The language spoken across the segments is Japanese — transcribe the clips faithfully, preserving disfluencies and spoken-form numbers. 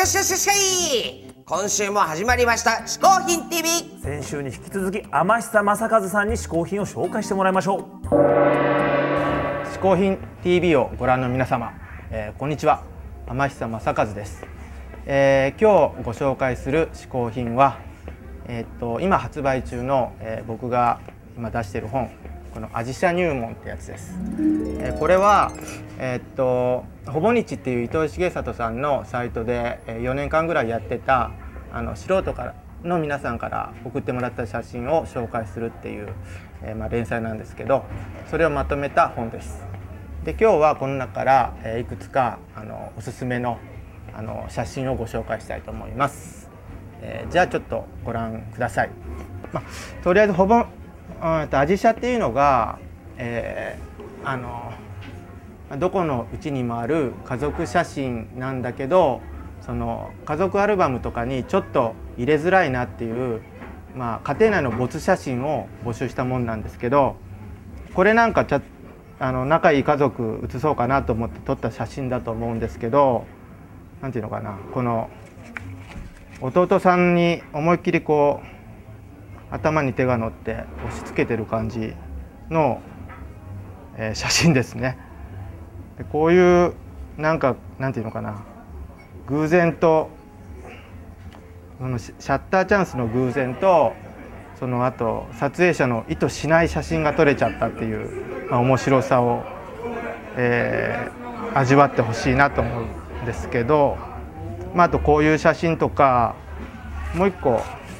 かしかしかしかい今週も始まりました嗜好品 ティービー。 先週に引き続き天久正和さんに嗜好品を紹介してもらいましょう。 嗜好品 ティービー をご覧の皆様、えー、こんにちは。天久正和です、えー、今日ご紹介する嗜好品は、えー、っと今発売中の、えー、僕が今出している本、このアジシャ入門ってやつです。えー、これは、えー、っとほぼ日っていう伊藤重里さんのサイトでよねんかんぐらいやってたあの素人からの皆さんから送ってもらった写真を紹介するっていう、えーまあ、連載なんですけど、それをまとめた本です。で今日はこの中から、えー、いくつかあのおすすめのあの写真をご紹介したいと思います。えー、じゃあちょっとご覧ください。まあ、とりあえずほぼアジシャっていうのが、えー、あのどこのうちにもある家族写真なんだけど、その家族アルバムとかにちょっと入れづらいなっていう、まあ、家庭内の没写真を募集したもんなんですけど、これなんかちゃあの仲いい家族写そうかなと思って撮った写真だと思うんですけど、なんていうのかな、この弟さんに思いっきりこう頭に手が乗って押し付けてる感じの、えー、写真ですね。でこういうなんかなんていうのかな、偶然とそのシャッターチャンスの偶然と、その後撮影者の意図しない写真が撮れちゃったっていう、まあ、面白さを、えー、味わってほしいなと思うんですけど、まあ、あとこういう写真とかもう一個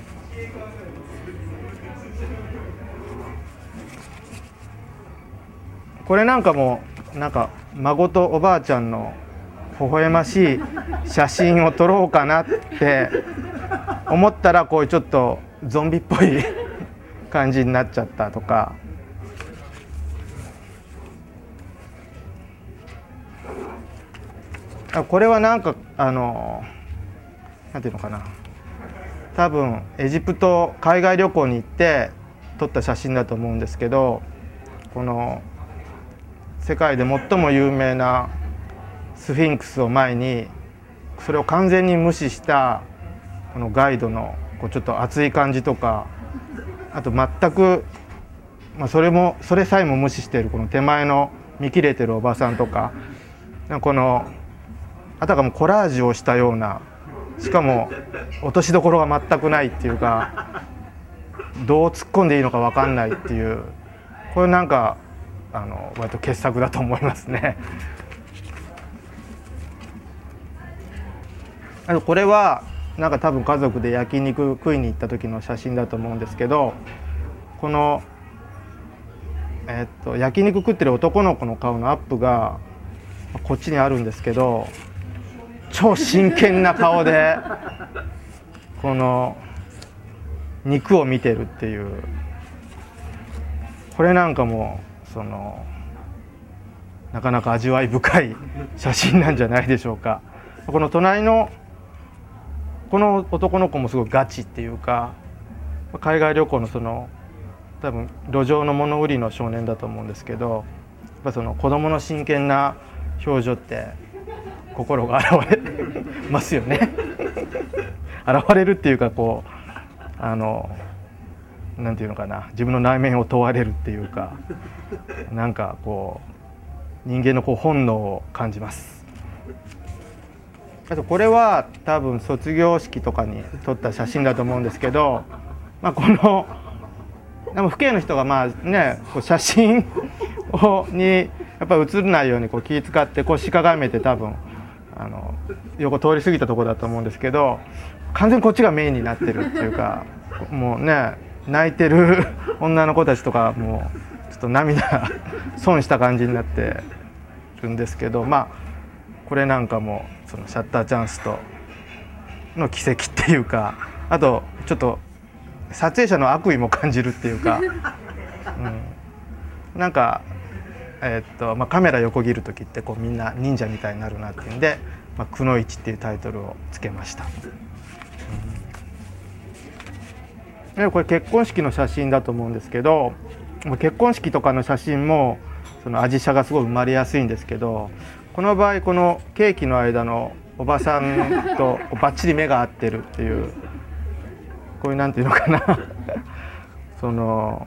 これなんかもなんか孫とおばあちゃんの微笑ましい写真を撮ろうかなって思ったら、こういうちょっとゾンビっぽい感じになっちゃったとか、これはなんかあのなんていうのかな、多分エジプト海外旅行に行って撮った写真だと思うんですけど、この世界で最も有名なスフィンクスを前にそれを完全に無視したこのガイドのこうちょっと熱い感じとか、あと全く、まあ、それもそれさえも無視しているこの手前の見切れてるおばさんとか、このあたかもコラージュをしたような、しかも落としどころが全くないっていうか、どう突っ込んでいいのか分かんないっていう、これなんかあの割と傑作だと思いますね。あとこれはなんか多分家族で焼肉食いに行った時の写真だと思うんですけど、この、えっと、焼肉食ってる男の子の顔のアップがこっちにあるんですけど、超真剣な顔でこの肉を見てるっていう、これなんかもそのなかなか味わい深い写真なんじゃないでしょうか。この隣のこの男の子もすごいガチっていうか、海外旅行のその多分路上の物売りの少年だと思うんですけど、やっぱその子供の真剣な表情って心が現れますよね現れるっていうか、こうあのなんていうのかな、自分の内面を問われるっていうか、なんかこう人間のこう本能を感じます。あとこれは多分卒業式とかに撮った写真だと思うんですけど、まあ、このでも父兄の人がまあね、こう写真をにやっぱり写らないようにこう気遣ってこうしかがめて、多分あの横通り過ぎたところだと思うんですけど、完全にこっちがメインになってるっていうか、もうね泣いてる女の子たちとかもうちょっと涙損した感じになってるんですけど、まあこれなんかもそのシャッターチャンスとの奇跡っていうか、あとちょっと撮影者の悪意も感じるっていうか、うん、なんか、えーっとまあ、カメラ横切る時ってこうみんな忍者みたいになるなっていうんで「まあ、くのいち」っていうタイトルをつけました。うん、これ結婚式の写真だと思うんですけど、結婚式とかの写真もそのアジシャがすごい生まれやすいんですけど、この場合このケーキの間のおばさんとバッチリ目が合ってるっていう、こういうなんていうのかなその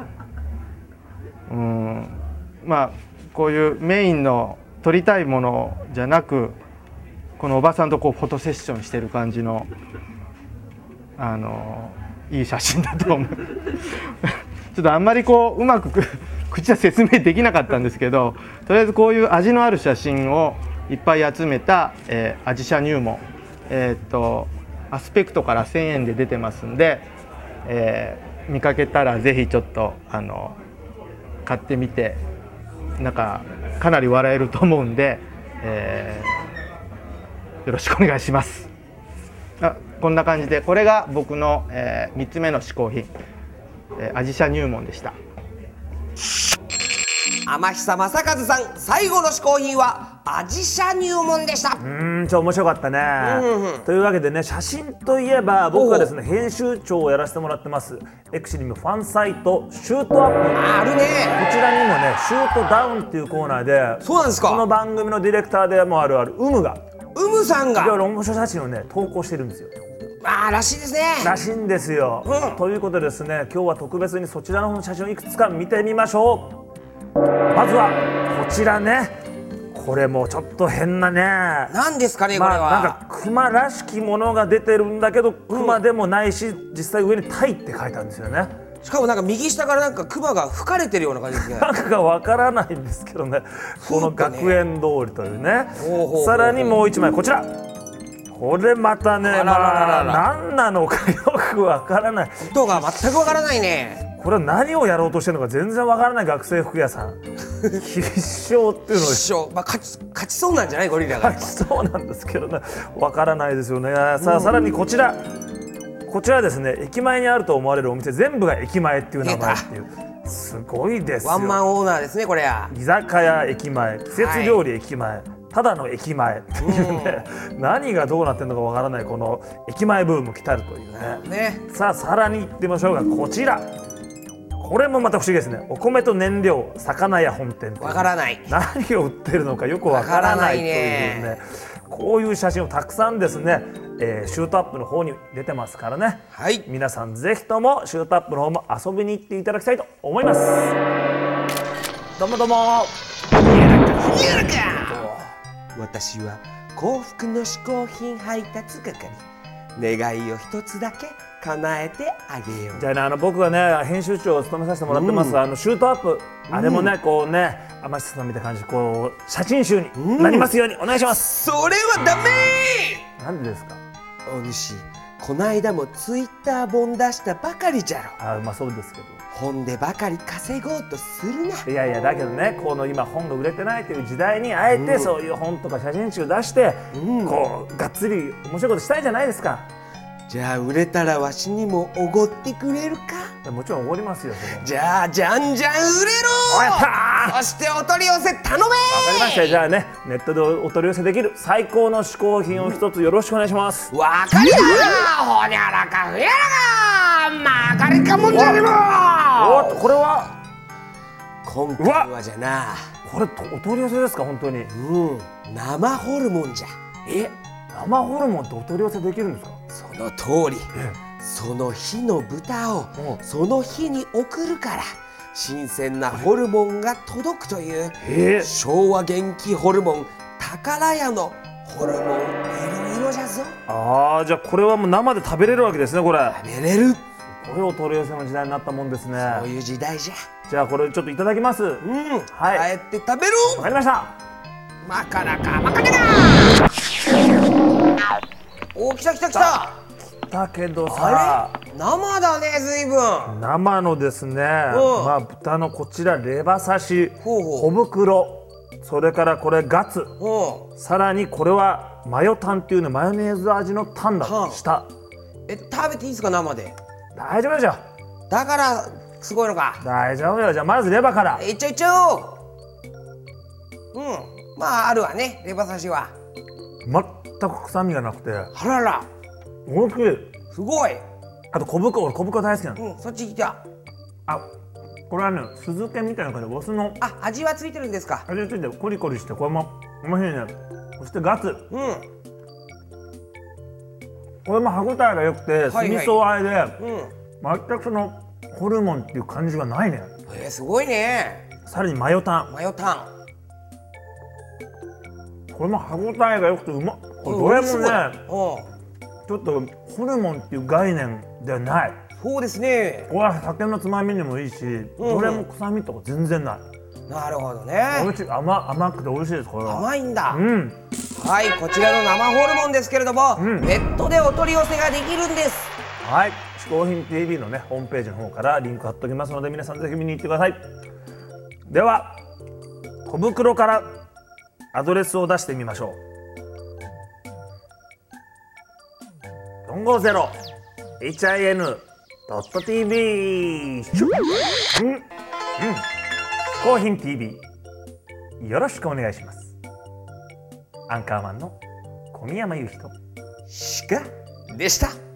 うんまあこういうメインの撮りたいものじゃなく、このおばさんとこうフォトセッションしてる感じのあのいい写真だと思うちょっとあんまりこううまく口は説明できなかったんですけど、とりあえずこういう味のある写真をいっぱい集めた、えー、アジシャ入門、えー、っとアスペクトからせんえんで出てますんで、えー、見かけたらぜひちょっとあの買ってみて、なんかかなり笑えると思うんで、えー、よろしくお願いします。あ、こんな感じで、これが僕の、えー、みっつめの嗜好品、えー、アジシャ入門でした。 天久正和さん、最後の嗜好品はアジシャ入門でした。 うーん、ちょ面白かったね、 うんうん、 というわけでね、写真といえば僕はですね編集長をやらせてもらってますエクシリムファンサイトシュートアップ、 あるね。 こちらにもねシュートダウンっていうコーナーで、 そうなんですか。 この番組のディレクターでもあるあるウムがウムさんがいろいろ面白い写真をね投稿してるんですよ。 あーらしいですね。 らしいんですよ、 うん、 ということでですね、今日は特別にそちらの方の写真をいくつか見てみましょう。まずはこちらね、これもちょっと変なね、 何ですかね、これは。 まあ、なんかクマらしきものが出てるんだけど、クマでもないし、実際上にタイって書いてあるんですよね。 しかもなんか右下からなんかクマが吹かれてるような感じですね。 なんかわからないんですけどね、この学園通りというね。さらにもう一枚こちら、これまたね、まあ何なのかよくわからない。 音が全くわからないね。 これは何をやろうとしてるのか全然わからない学生服屋さん必勝っていうのを必勝、まあ、勝ち勝ちそうなんじゃない、ゴリラが。 勝ちそうなんですけどね、わからないですよね。さあ、さらにこちらこちらですね、駅前にあると思われるお店全部が駅前っていう名前っていう、すごいですよ。 ワンマンオーナーですね、これや。 居酒屋駅前、季節料理駅前、はい、ただの駅前っていうね、うん、何がどうなってるのかわからないこの駅前ブーム来たるというね。ね、さあさらに行ってみましょうが、こちらこれもまた不思議ですね。お米と燃料魚屋本店っていう、 わからない、 何を売ってるのかよくわからないというね、こういう写真をたくさんですね、えー、シュートアップの方に出てますからね、はい、皆さんぜひともシュートアップの方も遊びに行っていただきたいと思います。どうもどうも。 やらか私は幸福の嗜好品配達係、願いを一つだけ叶えてあげよう。 じゃあね、あの僕がね編集長を務めさせてもらってます、うん、あのシュートアップ、うん、あれもねこうね天下さんみたいな感じでこう写真集になりますようにお願いします、 うん、それはダメー。なんでですか。 お主、この間もツイッター本出したばかりじゃろ。 あ、まあそうですけど、 本でばかり稼ごうとするな。 いやいや、だけどね、この今本が売れてないという時代にあえてそういう本とか写真集出して、うん、こうがっつり面白いことしたいじゃないですか。 じゃあ売れたらわしにもおごってくれるか。 もちろんおごりますよ。 じゃあじゃんじゃん売れろ。 やったー。 そしてお取り寄せ頼め。わかりました。じゃあね、ネットでお取り寄せできる最高の嗜好品を一つよろしくお願いします。 わかりだー。ほにゃらかふやらかまかりかもんじゃねも。 おっと、これは今回はじゃな、 これお取り寄せですか。本当に。 うん、生ホルモンじゃ。 え、生ホルモンってお取り寄せできるんですか。 その通り。その日の豚をその日に送るから新鮮なホルモンが届くという昭和元気ホルモン宝屋のホルモンいろいろじゃぞ。 ああ、じゃあこれはもう生で食べれるわけですね。これ食べれる。 これお取り寄せの時代になったもんですね。 そういう時代じゃ。 じゃあこれちょっといただきます。うん、 はい、帰って食べる。 わかりました。 まからかまかねか。お、来た来た来た。 だけどさ、 生だね、ずいぶん。 生のですね、まあ豚のこちらレバ刺し、小袋、それからこれガツ、さらにこれはマヨタンっていうね、マヨネーズ味のタンだした。 え、食べていいですか、生で。 大丈夫でしょ。 だからすごいのか。 大丈夫よ。じゃあまずレバからいっちゃいっちゃおう。うん、まああるわね、レバ刺しは。 全く臭みがなくて、 あらら、 大きい。 すごい。 あと小袋、俺小袋大好きなの。 うん、そっち来た。 あ、これはね、酢漬けみたいな感じでお酢のあ、味はついてるんですか。 味がついてコリコリして、これも面白いね。そしてガツ、 うん、 これも歯ごたえが良くて、 はい酢味噌あえで、 うん全くそのホルモンっていう感じがないね。 えー、すごいね。 さらにマヨタン、 マヨタンこれも歯ごたえが良くてうまっ。これどれもね、 うんちょっとホルモンっていう概念ではない。 そうですね。 これは酒のつまみにもいいし、どれも臭みとか全然ない。 なるほど美ね。 味しい、甘甘くて美味しいですこれは。 甘いんだ。 うん。 はい、こちらの生ホルモンですけれども、 んネットでお取り寄せができるんです。 はい、嗜好品 ティービー のねホームページの方からリンク貼っておきますので、皆さんぜひ見に行ってください。では小袋からアドレスを出してみましょう。よんごゼロ エイチアイエヌ ドット ティービー シュッうんうん嗜好品 ティービー よろしくお願いします。アンカーマンの小宮山雄飛としかでした。